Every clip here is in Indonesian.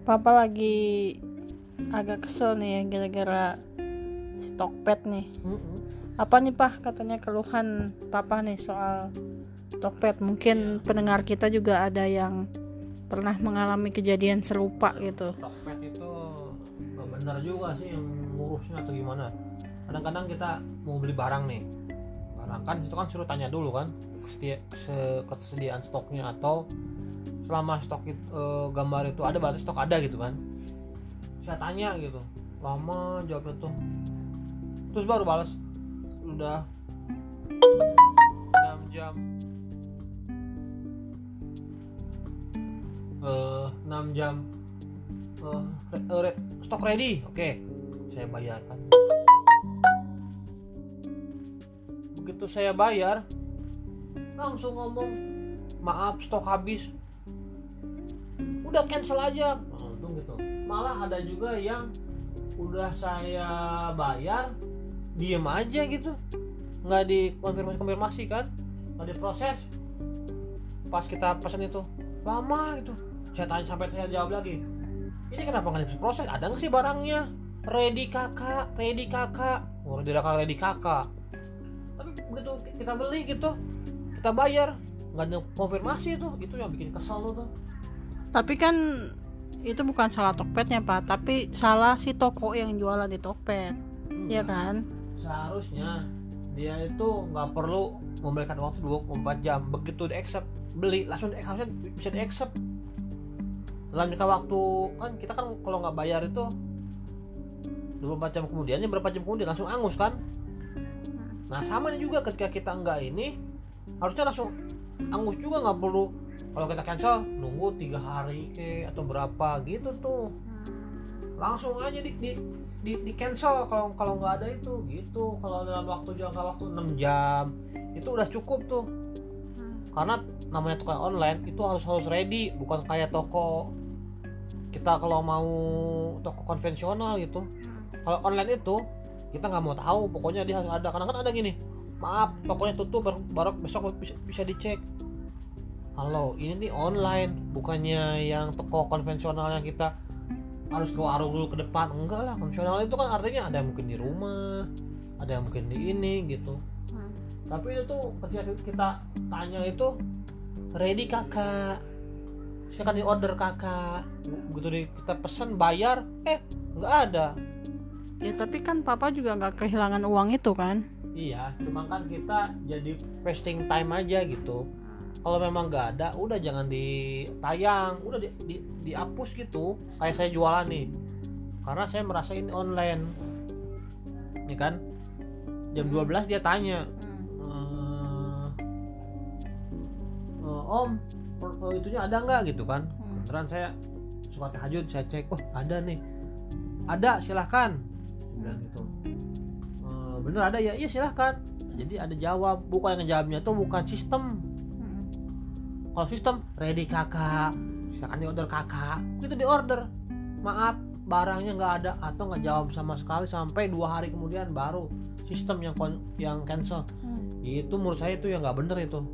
Papa lagi agak kesel nih ya gara-gara si Tokped nih. Apa nih Pak katanya keluhan Papa nih soal Tokped? Mungkin pendengar kita juga ada yang pernah mengalami kejadian serupa gitu. Tokped itu benar juga sih yang ngurusnya atau gimana. Kadang-kadang kita mau beli barang nih, barang kan itu kan suruh tanya dulu kan kesediaan stoknya, atau selama stok gambar itu ada, berarti stok ada gitu kan. Saya tanya gitu, lama jawabnya tuh, terus baru balas udah 6 jam 6 jam stok ready. Oke, saya bayar kan. Begitu saya bayar langsung ngomong maaf stok habis, udah cancel aja langsung gitu. Malah ada juga yang udah saya bayar diem aja gitu, nggak dikonfirmasi kan, nggak diproses. Pas kita pesan itu lama gitu, saya tanya sampai saya jawab lagi, ini kenapa nggak diproses, ada nggak sih barangnya, ready kakak. Ready kakak, tapi begitu kita beli gitu, kita bayar nggak ada konfirmasi, itu yang bikin kesal tuh. Tapi kan itu bukan salah Tokpednya Pak, tapi salah si toko yang jualan di Tokped, ya kan? Seharusnya dia itu nggak perlu memberikan waktu 24 jam. Begitu di accept beli langsung harusnya bisa di accept dalam jangka waktu kan. Kita kan kalau nggak bayar itu 24 jam kemudiannya, berapa jam kemudian langsung angus kan. Nah sama juga ketika kita nggak ini, harusnya langsung angus juga, nggak perlu kalau kita cancel nunggu 3 hari atau berapa gitu tuh. Langsung aja di cancel kalau nggak ada itu gitu. Kalau dalam jangka waktu 6 jam itu udah cukup tuh. Karena namanya tukang online itu harus ready, bukan kayak toko. Kita kalau mau toko konvensional gitu, kalau online itu kita nggak mau tahu, pokoknya dia harus ada. Karena kan ada gini, maaf tokonya tutup, baru besok bisa dicek. Halo, ini nih online, bukannya yang toko konvensional yang kita harus ke warung dulu ke depan. Enggak lah, konvensional itu kan artinya ada yang mungkin di rumah, ada yang mungkin di ini gitu. Tapi itu tuh ketika kita tanya itu ready kakak, saya kan di order kakak. Begitu kita pesan bayar, nggak ada. Ya tapi kan Papa juga nggak kehilangan uang itu kan? Iya, cuma kan kita jadi wasting time aja gitu. Kalau memang nggak ada, udah jangan ditayang, udah dihapus gitu. Kayak saya jualan nih, karena saya merasa ini online, ini kan jam 12 dia tanya, Om, itunya ada nggak gitu kan. Beneran saya suka tahajud, saya cek, oh ada nih, ada silahkan, bilang gitu. Bener ada ya, iya silahkan. Jadi ada jawab, bukan yang ngejawabnya tuh bukan sistem. Kalau sistem ready kakak, silakan di order kakak, itu di order. Maaf barangnya nggak ada atau nggak jawab sama sekali sampai 2 hari kemudian baru sistem yang cancel. Itu menurut saya itu yang nggak bener itu.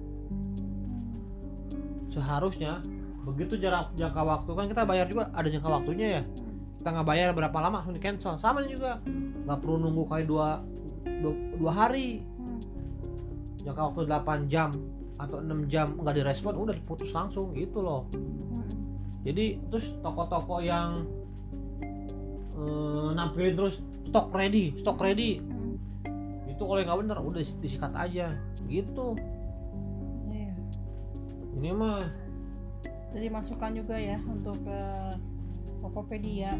Seharusnya begitu jangka waktu kan kita bayar juga ada jangka waktunya ya. Kita nggak bayar berapa lama langsung di cancel. Sama juga nggak perlu nunggu kali 2 hari. Jangka waktu 8 jam atau 6 jam nggak direspon, udah diputus langsung gitu loh. Jadi terus toko-toko yang nampilin terus stok ready itu kalau nggak bener udah disikat aja gitu. Iya. Ini mah Jadi masukan juga ya untuk Tokopedia.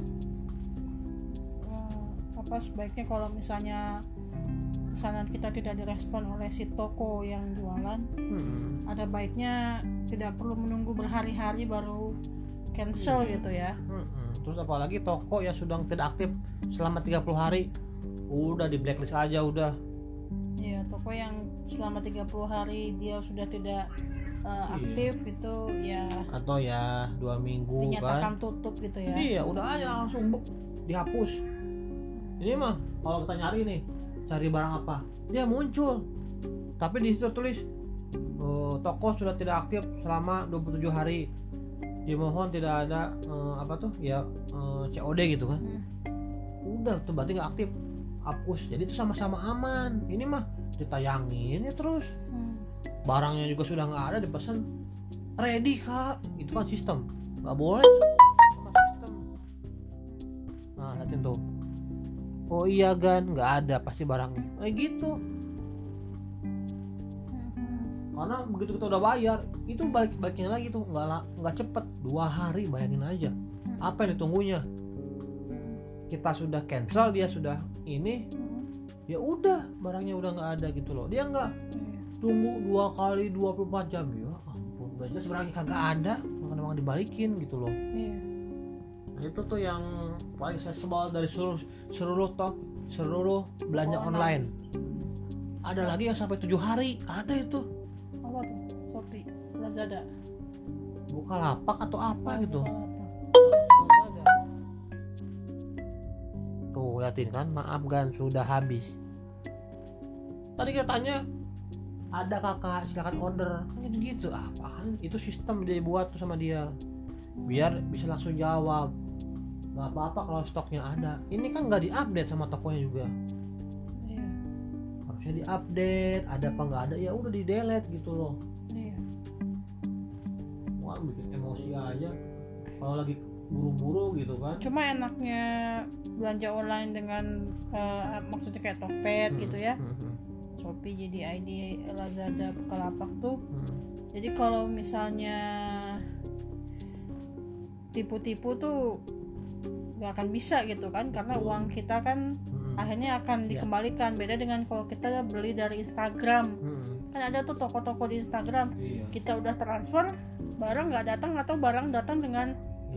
Apa sebaiknya kalau misalnya pesanan kita tidak direspon oleh si toko yang jualan, ada baiknya tidak perlu menunggu berhari-hari baru cancel gitu ya. Terus apalagi toko yang sudah tidak aktif selama 30 hari udah di blacklist aja udah. Iya, toko yang selama 30 hari dia sudah tidak aktif itu ya, atau ya 2 minggu dinyatakan kan tutup gitu ya. Iya, udah aja langsung dihapus. Ini mah kalau kita nyari nih, cari barang apa, dia muncul. Tapi di situ tulis toko sudah tidak aktif selama 27 hari. mohon tidak ada COD gitu kan. Udah tuh berarti nggak aktif, hapus. Jadi itu sama-sama aman. Ini mah ditayangin ya terus. Barangnya juga sudah nggak ada, dipesan ready kak. Itu kan sistem, nggak boleh sama sistem. Nah liatin tuh, oh iya kan nggak ada pasti barangnya gitu. Karena begitu kita udah bayar itu baliknya lagi tuh nggak cepet, 2 hari. Bayangin aja apa yang ditunggunya. Kita sudah cancel, dia sudah ini, ya udah barangnya udah nggak ada gitu loh. Dia nggak tunggu 2 kali 24 jam. Ya ampun, udah jelas barangnya kagak ada, memang dibalikin gitu loh. Nah, itu tuh yang paling saya sebal dari seluruh belanja online. Ada lagi yang sampai 7 hari, ada itu. Apa tuh? Shopee, Lazada, Bukalapak atau apa gitu. Tuh liatin kan, maaf kan sudah habis. Tadi katanya ada kakak silakan order, kan gitu. Apaan? Itu sistem dia buat tuh sama dia biar bisa langsung jawab. Gak apa-apa kalau stoknya ada. Ini kan nggak diupdate sama tokonya juga. Harusnya diupdate, ada apa nggak ada ya udah di delete gitu loh. Wah bikin emosi aja kalau lagi buru-buru gitu kan. Cuma enaknya belanja online dengan maksudnya kayak Tokped gitu ya. Shopee, JD.ID, Lazada, Bukalapak tuh. Jadi kalau misalnya tipu-tipu tuh gak akan bisa gitu kan, karena uang kita kan akhirnya akan dikembalikan. Beda dengan kalau kita beli dari Instagram. Kan ada tuh toko-toko di Instagram. Kita udah transfer, barang nggak datang atau barang datang dengan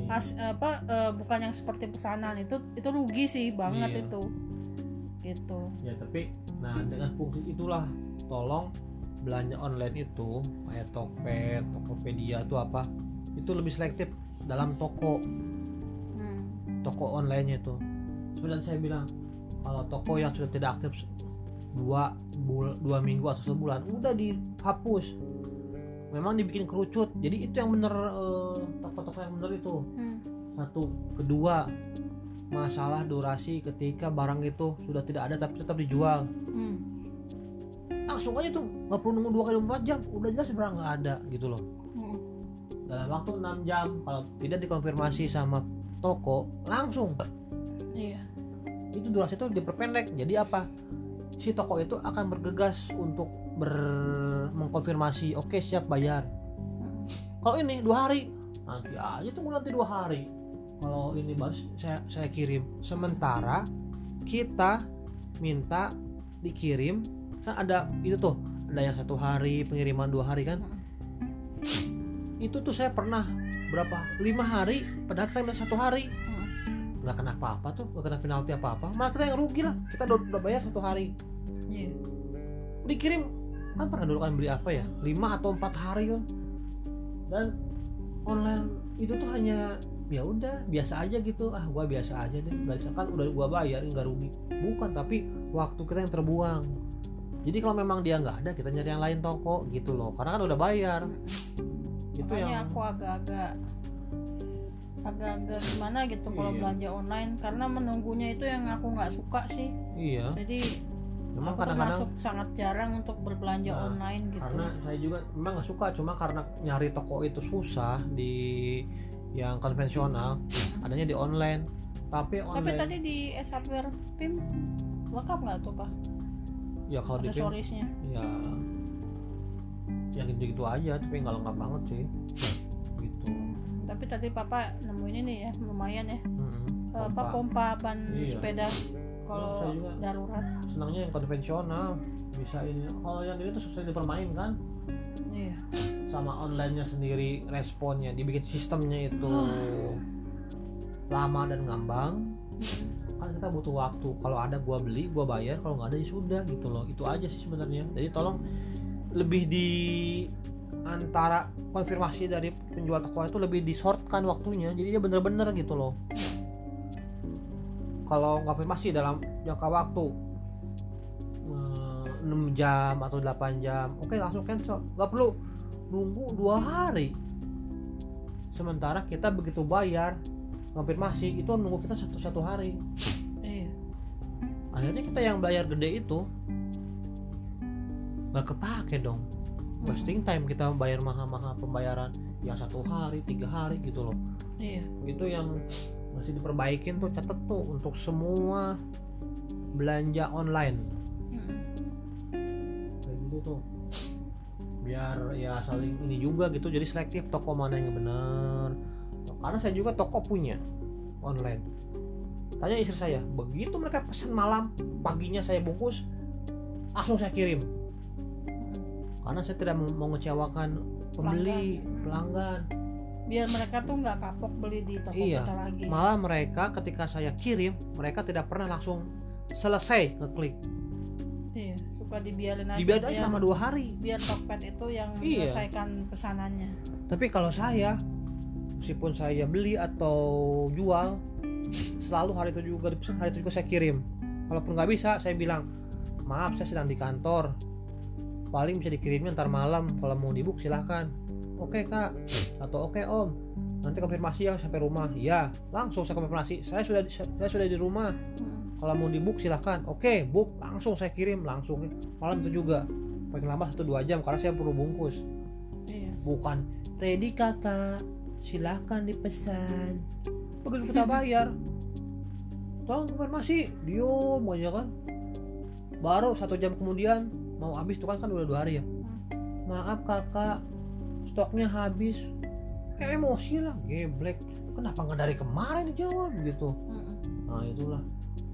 bukan yang seperti pesanan. Itu rugi sih banget itu. Gitu. Ya tapi dengan fungsi itulah tolong belanja online itu kayak Tokped, Tokopedia tuh apa? Itu lebih selektif dalam toko online-nya itu. Sebenarnya saya bilang kalau toko yang sudah tidak aktif 2 minggu atau sebulan udah dihapus. Memang dibikin kerucut. Jadi itu yang bener, toko-toko yang bener itu. Satu, kedua masalah durasi ketika barang itu sudah tidak ada tapi tetap dijual. Langsung aja tuh, nggak perlu nunggu 2 kali 24 jam, udah jelas barang nggak ada gitu loh. Dalam waktu 6 jam kalau tidak dikonfirmasi sama toko langsung. Itu durasi itu diperpendek. Jadi apa? Si toko itu akan bergegas untuk mengkonfirmasi, oke siap bayar. Kalau ini 2 hari, nanti aja tunggu nanti 2 hari. Kalau ini baru saya kirim. Sementara kita minta dikirim kan ada itu tuh, ada yang 1 hari, pengiriman 2 hari kan. Itu tuh saya pernah 5 hari, padahal kita minta 1 hari. Nggak kena apa-apa tuh, nggak kena penalti apa-apa, malah kita yang rugi lah. Kita udah bayar 1 hari. Dikirim kan pernah dulu kan beli apa ya, 5 atau 4 hari kan. Dan online itu tuh hanya ya udah biasa aja gitu, gua biasa aja deh, nggak kan udah gua bayar nggak rugi. Bukan, tapi waktu kita yang terbuang. Jadi kalau memang dia nggak ada, kita nyari yang lain toko gitu loh, karena kan udah bayar. Itu makanya yang aku agak-agak gimana gitu kalau belanja online, karena menunggunya itu yang aku nggak suka sih. Jadi memang kadang-kadang sangat jarang untuk berbelanja online gitu. Karena saya juga memang nggak suka, cuma karena nyari toko itu susah di yang konvensional, adanya di online. Tapi tadi di S-Hardware PIM lengkap nggak tuh Pak? Ya kalau di PIM ya yang gitu-gitu aja, tapi nggak lengkap banget sih gitu. Tapi tadi Papa nemuin ini ya, lumayan ya. Pompa ban sepeda kalau darurat. Senangnya yang konvensional bisa ini. Kalau yang ini tuh susah dipermainkan. Sama online-nya sendiri, responnya dibikin sistemnya itu lama dan ngambang. Kan kita butuh waktu. Kalau ada gua beli, gua bayar, kalau nggak ada ya sudah gitu loh. Itu aja sih sebenarnya. Jadi tolong lebih di antara konfirmasi dari penjual toko itu lebih disortkan waktunya, jadi dia bener-bener gitu loh. Kalau nggak konfirmasi dalam jangka waktu 6 jam atau 8 jam, oke langsung cancel, nggak perlu nunggu 2 hari. sementara kita begitu bayar konfirmasi itu nunggu kita satu hari. Iya. Akhirnya kita yang bayar gede itu nggak kepake dong. Wasting time kita bayar mahal-mahal pembayaran yang 1 hari 3 hari gitu loh. Iya. Itu yang masih diperbaikin tuh, catet tuh untuk semua belanja online kayak gitu tuh, biar ya saling ini juga gitu, jadi selektif toko mana yang benar. Karena saya juga toko punya online. Tanya istri saya, begitu mereka pesan malam, paginya saya bungkus, langsung saya kirim. Karena saya tidak mau mengecewakan pembeli, pelanggan. Biar mereka tuh nggak kapok beli di toko kita lagi. Malah mereka ketika saya kirim, mereka tidak pernah langsung selesai ngeklik. Iya, suka dibiarin aja. Dibiarin aja selama 2 hari. Biar Tokped itu yang menyelesaikan pesanannya. Tapi kalau saya, meskipun saya beli atau jual, selalu hari itu juga dipesan, hari itu juga saya kirim. Kalaupun nggak bisa, saya bilang, maaf saya sedang di kantor, paling bisa dikirimnya ntar malam, kalau mau dibook silahkan. Oke kak, atau oke om, nanti konfirmasi ya sampai rumah. Ya, langsung saya konfirmasi, saya sudah di rumah. Kalau mau dibook silahkan. Oke, book, langsung saya kirim, langsung malam itu juga. Paling lama 1-2 jam karena saya perlu bungkus. Iya. Bukan ready kakak, silahkan dipesan. Begitu kita bayar, tolong konfirmasi, diem aja kan. Baru 1 jam kemudian mau habis tuh kan udah 2 hari ya. Maaf kakak, stoknya habis. Emosi lah, geblek. Kenapa nggak dari kemarin dijawab gitu? Nah itulah.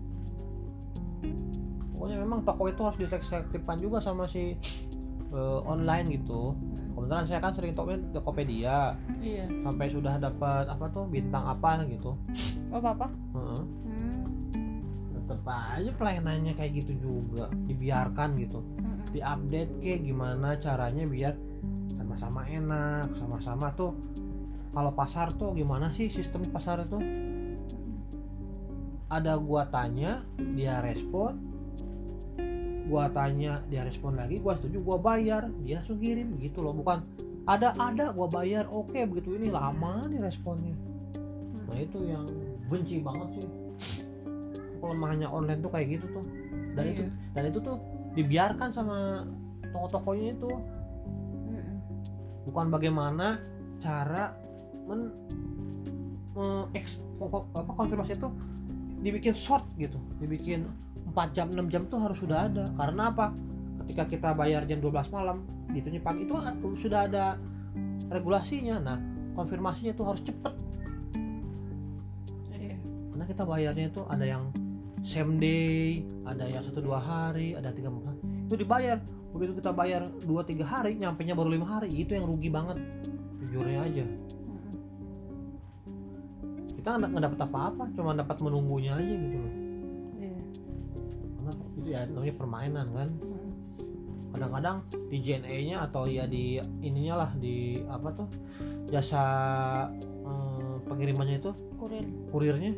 Pokoknya memang toko itu harus diselektifkan juga sama si online gitu. Kebetulan saya kan sering Tokopedia. Iya. Sampai sudah dapat apa tuh bintang apa gitu. Oh papa? Tetep aja pelayanannya kayak gitu juga, dibiarkan gitu. Diupdate kayak gimana caranya biar sama-sama enak, sama-sama tuh. Kalau pasar tuh gimana sih sistem pasar itu? Ada gua tanya, dia respon. Gua tanya, dia respon lagi, gua setuju, gua bayar, dia langsung kirim gitu loh. Bukan ada gua bayar, oke begitu ini lama nih responnya. Nah itu yang benci banget sih. Kelemahannya online tuh kayak gitu tuh. Dan itu tuh dibiarkan sama toko-tokonya itu. Bukan bagaimana cara konfirmasi itu dibikin short gitu, dibikin 4 jam 6 jam tuh harus sudah ada. Karena apa? Ketika kita bayar jam 12 malam gitunya pagi itu sudah ada regulasinya. Nah konfirmasinya tuh harus cepet. Karena kita bayarnya itu ada yang same day, ada yang 1-2 hari, ada 3 hari itu dibayar. Begitu kita bayar 2-3 hari, nyampenya baru 5 hari, itu yang rugi banget, jujurnya aja. Kita nggak dapat apa-apa, cuma dapat menunggunya aja gitu loh. Karena itu ya namanya permainan kan. Kadang-kadang di JNE-nya atau ya di ininya lah, di apa tuh jasa pengirimannya itu, kurirnya.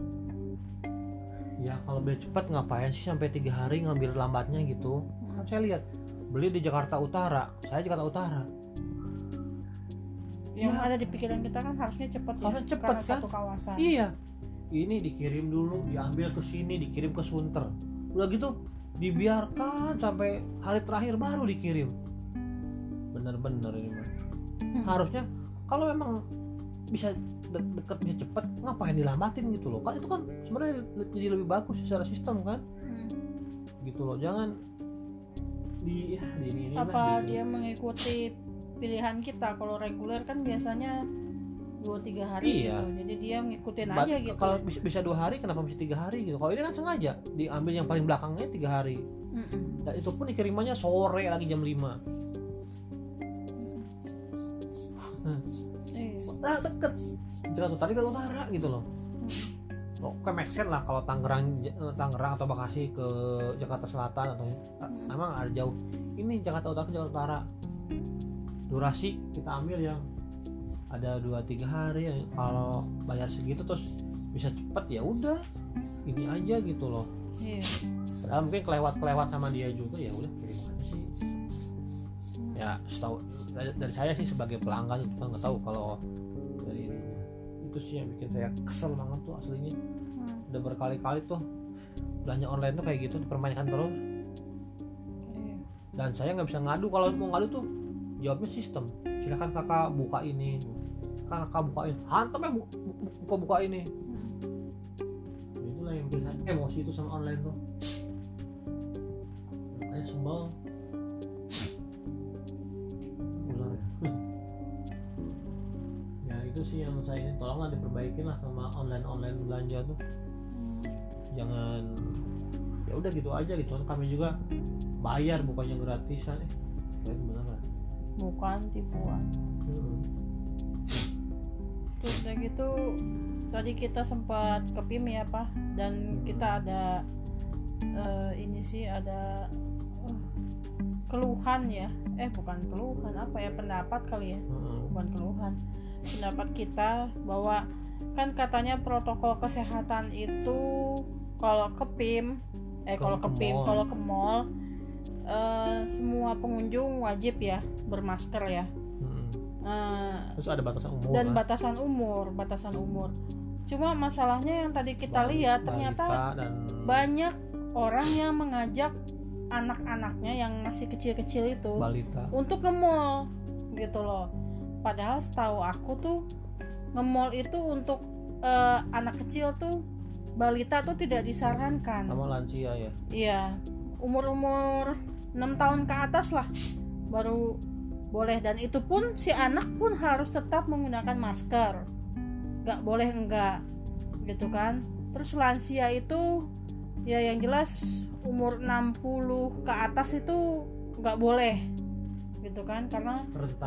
Ya kalau beli cepat ngapain sih sampai 3 hari ngambil lambatnya gitu. Kan saya lihat beli di Jakarta Utara, saya Jakarta Utara. Yang ada di pikiran kita kan harusnya cepat ya. Harusnya cepat kan? Satu kawasan. Iya. Ini dikirim dulu, diambil ke sini, dikirim ke Sunter. Udah gitu dibiarkan sampai hari terakhir baru dikirim. Bener-bener ini mah. Harusnya kalau memang bisa dekat bisa cepat, ngapain dilambatin gitu loh. Kan itu kan sebenarnya jadi lebih bagus secara sistem kan. Gitu loh. Jangan di ini apa gitu. Dia mengikuti pilihan kita. Kalau reguler kan biasanya 2-3 hari gitu. Jadi dia ngikutin aja gitu. Kalau bisa 2 hari kenapa mesti 3 hari gitu. Kalau ini kan sengaja diambil yang paling belakangnya 3 hari. Dan itu pun dikirimannya sore lagi jam 5. Nah, deket Jakarta tadi ke utara gitu loh. Oke, make sense lah kalau Tangerang atau Bekasi ke Jakarta Selatan atau emang ada jauh. Ini Jakarta Utara ke Jakarta Utara. Durasi kita ambil yang ada 2-3 hari. Kalau bayar segitu terus bisa cepet ya udah ini aja gitu loh. Padahal mungkin kelewat sama dia juga, ya udah kirim aja sih. Ya setahu dari saya sih sebagai pelanggan itu kan nggak tahu kalau dari itu sih yang bikin saya kesel banget tuh aslinya. Udah berkali-kali tuh belanja online tuh kayak gitu dipermainkan terus. Dan saya nggak bisa ngadu, kalau mau ngadu tuh jawabnya sistem, silakan kakak buka ini, kakak bukain, hantamnya buka ini. Itulah yang bikin saya emosi itu sama online tuh, makanya sebel. Ya itu sih yang saya ini, tolonglah diperbaikin lah sama online belanja tuh. Jangan ya udah gitu aja gitu kan, kami juga bayar bukannya gratisan bener kan? Bukan tipuan. Terus udah gitu tadi kita sempat ke PIM ya Pak, dan kita ada ini sih ada keluhan ya, bukan keluhan, apa ya, pendapat kali ya, bukan keluhan, pendapat kita bahwa kan katanya protokol kesehatan itu kalau ke PIM kalau ke mall semua pengunjung wajib ya bermasker ya. Terus ada batasan umur dan kan? batasan umur. Cuma masalahnya yang tadi kita lihat ternyata banyak orang yang mengajak anak-anaknya yang masih kecil-kecil itu balita untuk nge-mall gitu loh. Padahal setahu aku tuh nge-mall itu untuk anak kecil tuh, balita tuh tidak disarankan. Sama lansia ya? Iya, umur 6 tahun ke atas lah baru boleh, dan itu pun si anak pun harus tetap menggunakan masker, nggak boleh enggak gitu kan. Terus lansia itu ya yang jelas umur 60 ke atas itu nggak boleh gitu kan, karena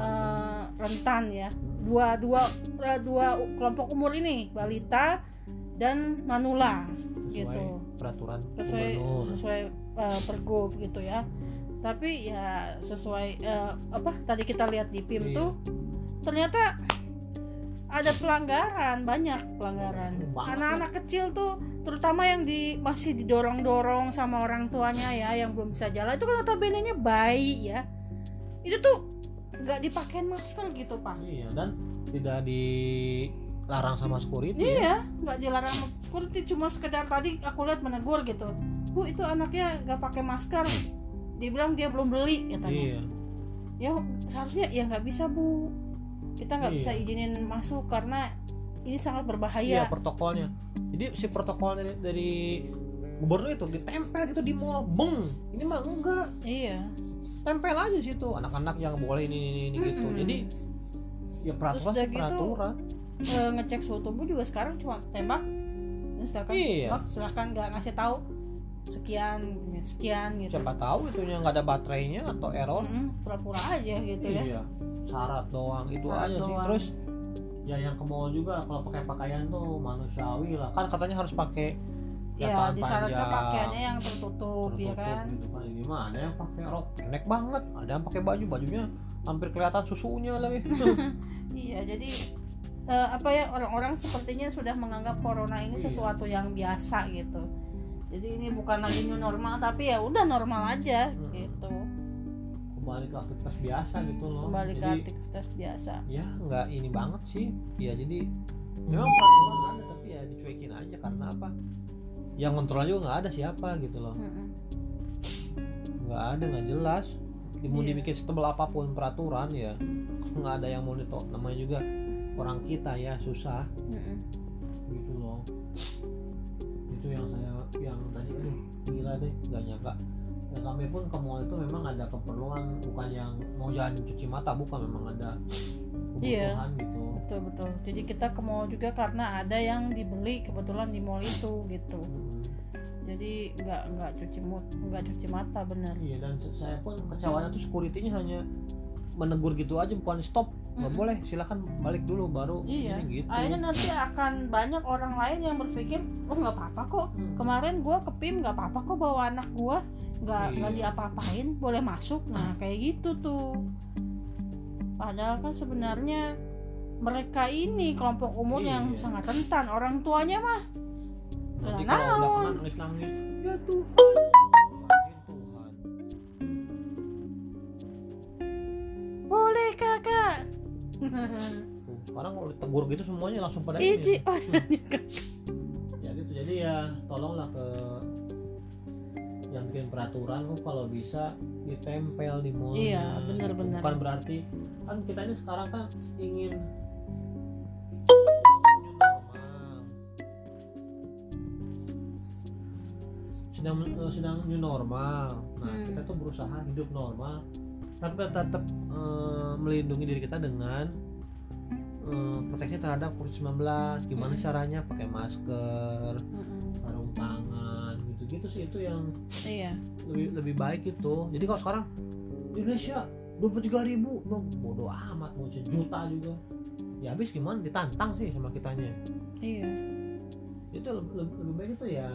rentan ya. Dua kelompok umur ini, balita dan manula sesuai gitu, peraturan sesuai pergub gitu ya. Tapi ya sesuai tadi kita lihat di PIM tuh ternyata ada banyak pelanggaran. Anak-anak kecil tuh terutama yang masih didorong-dorong sama orang tuanya ya, yang belum bisa jalan, itu kan notabene-nya bayi ya, itu tuh nggak dipakein masker gitu Pak. Iya, dan tidak dilarang sama security. Iya, nggak dilarang sama security, cuma sekedar tadi aku lihat menegur gitu, Bu itu anaknya nggak pakai masker, dibilang dia belum beli katanya. Iya. Ya seharusnya ya nggak bisa Bu, kita nggak bisa izinin masuk karena ini sangat berbahaya. Iya, protokolnya. Jadi si protokol dari gubernur itu ditempel gitu di mall, ini mah enggak. Iya. Tempel aja situ, anak-anak yang boleh ini gitu. Jadi ya peraturan peraturan. Ngecek suhu tubuh juga sekarang cuma tembak, silakan nggak ngasih tahu sekian gitu. Siapa tahu itunya nggak ada baterainya atau error. Pura-pura aja gitu ya. Iya, syarat doang itu aja sih. Terus ya yang ke mall juga kalau pakai pakaian tuh manusiawi lah, kan katanya harus pakai ya disarankan pakaiannya yang tertutup ya kan. Gitu kan. Ini mah ada yang pakai rok pendek banget, ada yang pakai bajunya hampir kelihatan susunya lagi. Iya, jadi orang-orang sepertinya sudah menganggap corona ini sesuatu yang biasa gitu. Jadi ini bukan lagi new normal, tapi ya udah normal aja gitu. Kembali ke aktivitas biasa gitu loh. Aktivitas biasa. Ya nggak ini banget sih. Ya jadi memang peraturan ada, tapi ya dicuekin aja karena apa? Yang kontrol juga nggak ada siapa gitu loh. Nggak ada, nggak jelas. Mau dibikin setebal apapun peraturan ya nggak ada yang monitor. Namanya juga orang kita ya susah. Gitu loh. Itu yang tadi gila deh, nggak nyangka. Ya, kami pun ke mall itu memang ada keperluan, bukan yang mau jalan cuci mata, bukan, memang ada kebutuhan gitu. Betul. Jadi kita ke mall juga karena ada yang dibeli kebetulan di mall itu gitu. Jadi nggak cuci mata, benar. Iya, dan saya pun kecewanya tuh security-nya hanya menegur gitu aja, bukan stop, nggak boleh, silakan balik dulu baru. Iya. Ini gitu. Akhirnya nanti akan banyak orang lain yang berpikir, nggak apa-apa kok. Kemarin gue ke PIM nggak apa-apa kok bawa anak gue, nggak diapa-apain, boleh masuk. Nah kayak gitu tuh. Padahal kan sebenarnya mereka ini kelompok umur yang sangat rentan. Orang tuanya mah nanti kalau udah nangis ya Tuhan. Boleh kakak. Sekarang kalau ditegur gitu semuanya langsung pada Iya ini. Ci, Ya gitu, jadi ya tolonglah ke yang bikin peraturan kok kalau bisa ditempel di mall. Iya, benar-benar. Bukan berarti kan kita ini sekarang kan ingin sedang new normal. Nah, kita tuh berusaha hidup normal tapi tetap melindungi diri kita dengan proteksi terhadap COVID-19. Gimana caranya? Pakai masker, sarung tangan, gitu-gitu sih, itu yang iya. lebih baik itu. Jadi kalau sekarang di Indonesia 23.000, bodoh amat, mau sejuta juga. Ya habis gimana, ditantang sih sama kitanya. Iya. Itu lebih baik itu ya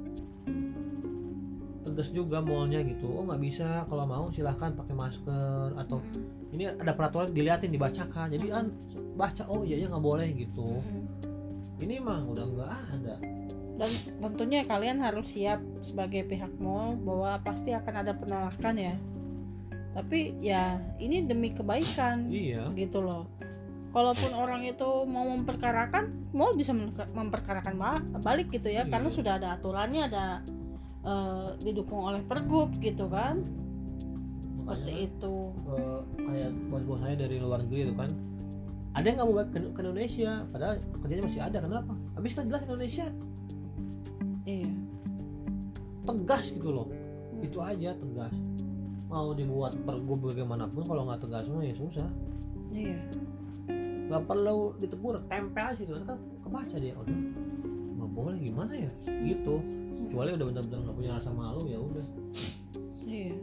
tegas juga mallnya gitu. Oh nggak bisa, kalau mau silahkan pakai masker atau ini ada peraturan, diliatin, dibacakan. Jadi kan baca, oh iya ya nggak boleh gitu. Ini mah udah nggak ada. Dan tentunya kalian harus siap sebagai pihak mall bahwa pasti akan ada penolakan ya. Tapi ya ini demi kebaikan. Iya. Gitu loh. Kalaupun orang itu mau memperkarakan, mall bisa memperkarakan balik gitu ya, karena sudah ada aturannya, ada didukung oleh pergub gitu kan. Seperti itu. Kayak bos-bos saya dari luar negeri itu kan, ada yang nggak mau balik ke Indonesia padahal kerjanya masih ada. Kenapa? Habis kan jelas Indonesia Iya. tegas gitu loh. Itu aja, tegas. Mau dibuat pergub bagaimanapun kalau nggak tegas mah ya susah. Iya. Nggak perlu ditegur, tempel aja gitu kan kebaca dia. Udah nggak boleh, gimana ya gitu. Kecuali udah benar-benar nggak punya rasa malu, ya udah. Iya.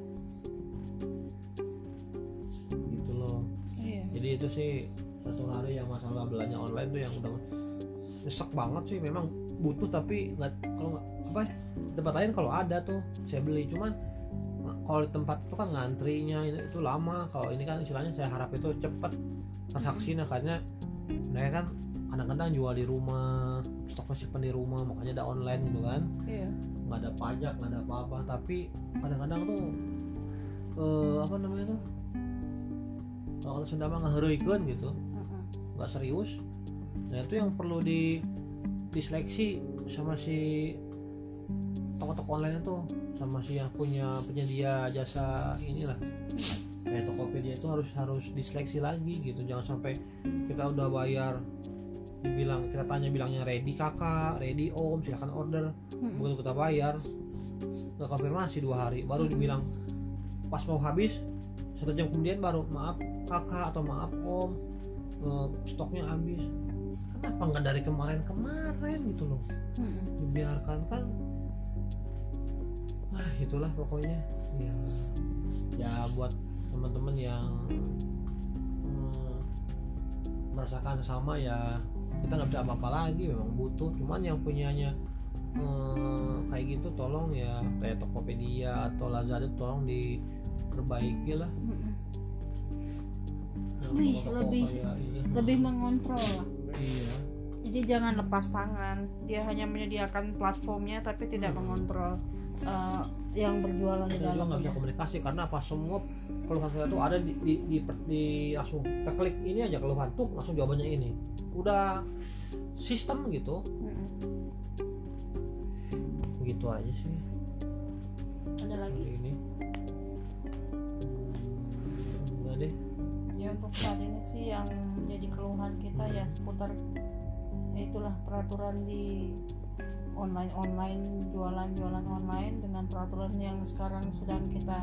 Gitu loh. Iya. Jadi itu sih satu hari yang masalah belanja online tuh yang udah nyesek banget sih. Memang butuh tapi nggak, kalau nggak apa ya, tempat lain kalau ada tuh saya beli. Cuman kalau di tempat itu kan ngantrinya itu lama. Kalau ini kan istilahnya saya harap itu cepet transaksinya, karena mereka kan kadang-kadang jual di rumah, stoknya simpan di rumah, makanya ada online gitu kan. Iya. Nggak ada pajak, nggak ada apa-apa. Tapi kadang-kadang tuh apa namanya tuh, kalau kata Sunda mah ngaheureuikeun gitu, nggak serius. Nah itu yang perlu diseleksi sama si toko-toko online itu, sama si yang punya penyedia jasa inilah kayak Tokopedia itu harus diseleksi lagi gitu. Jangan sampai kita udah bayar, dibilang, kita tanya bilangnya ready kakak, ready om, silakan order. Begitu kita bayar nggak konfirmasi 2 hari, baru dibilang pas mau habis 1 jam kemudian baru maaf kakak atau maaf om, stoknya habis. Kenapa nggak dari kemarin gitu loh, dibiarkan kan. Itulah pokoknya ya buat teman-teman yang merasakan sama ya, kita nggak bisa apa-apa lagi, memang butuh. Cuman yang punyanya kayak gitu tolong ya, kayak Tokopedia atau Lazada tolong diperbaiki lah. Lebih mengontrol lah. Iya. Jadi jangan lepas tangan. Dia hanya menyediakan platformnya tapi tidak mengontrol yang berjualan di dalamnya. Nggak bisa dalamnya. komunikasi karena apa, semua keluhan saya itu ada di langsung kita klik ini aja keluhan tuh langsung jawabannya ini. Udah sistem gitu. Begitu aja sih. Ada lagi? Ini. Enggak deh. Ya untuk saat ini sih yang menjadi keluhan kita ya seputar itulah peraturan di online jualan online dengan peraturan yang sekarang sedang kita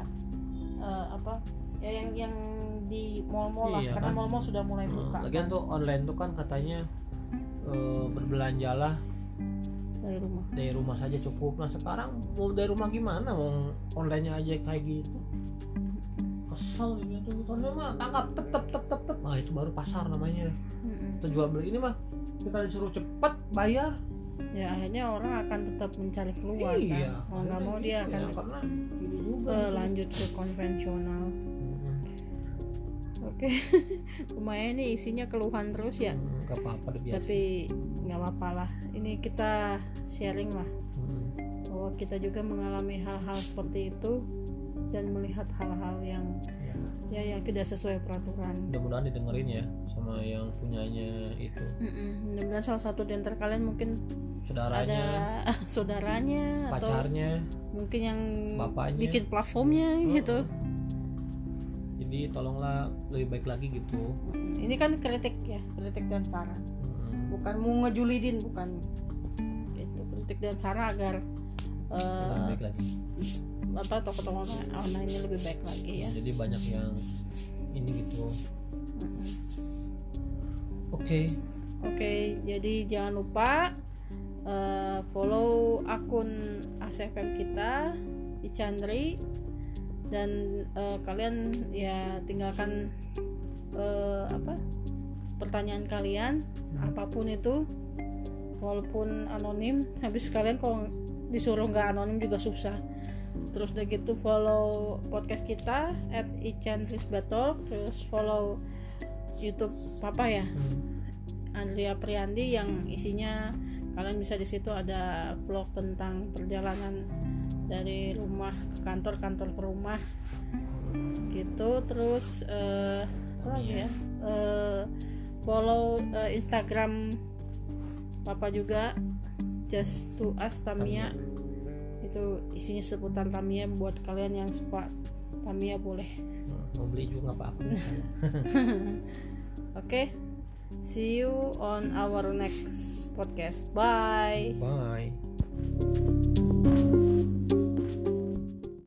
yang di mall-mall lah, karena kan? Mall-mall sudah mulai buka. Lagian kan? Tuh online tuh kan katanya berbelanjalah dari rumah saja cukup. Nah sekarang mau dari rumah gimana, mau online-nya aja kayak gitu. Kesel gitu. Karena mah tangkap tep. Nah itu baru pasar namanya. Itu jual beli. Ini mah kita disuruh cepat bayar. Ya akhirnya orang akan tetap mencari keluar kan. Mau nggak mau dia akan karena juga lanjut ke konvensional. Oke. Lumayan nih isinya keluhan terus ya. Gak apa-apa, udah biasa. Tapi nggak apa-apa lah. Ini kita sharing lah. Bahwa kita juga mengalami hal-hal seperti itu. dan melihat hal-hal yang yang tidak sesuai peraturan. Mudah-mudahan didengerin ya sama yang punyanya itu. Mudah-mudahan salah satu di antara kalian mungkin saudaranya, ada saudaranya, pacarnya, atau mungkin yang bapaknya, bikin platformnya gitu. Jadi tolonglah lebih baik lagi gitu. Ini kan kritik dan saran, bukan mau ngejulidin, bukan gitu. Kritik dan saran agar lebih baik lagi. Toko-toko online ini lebih baik lagi ya. Jadi banyak yang ini gitu. Oke, jadi jangan lupa follow akun ACFM kita di Chandri, dan kalian ya tinggalkan pertanyaan kalian apapun itu, walaupun anonim. Habis kalian kalau disuruh nggak anonim juga susah. Terus udah gitu follow podcast kita @ichandrisbatalk, terus follow YouTube Papa ya, Andrea Priandi, yang isinya kalian bisa di situ ada vlog tentang perjalanan dari rumah ke kantor ke rumah gitu. Terus apa lagi ya, follow Instagram Papa juga, Just to Us Tamiya. Itu isinya seputar Tamiya. Buat kalian yang suka Tamiya boleh mau beli juga Pak aku misalnya. Oke, see you on our next podcast. Bye.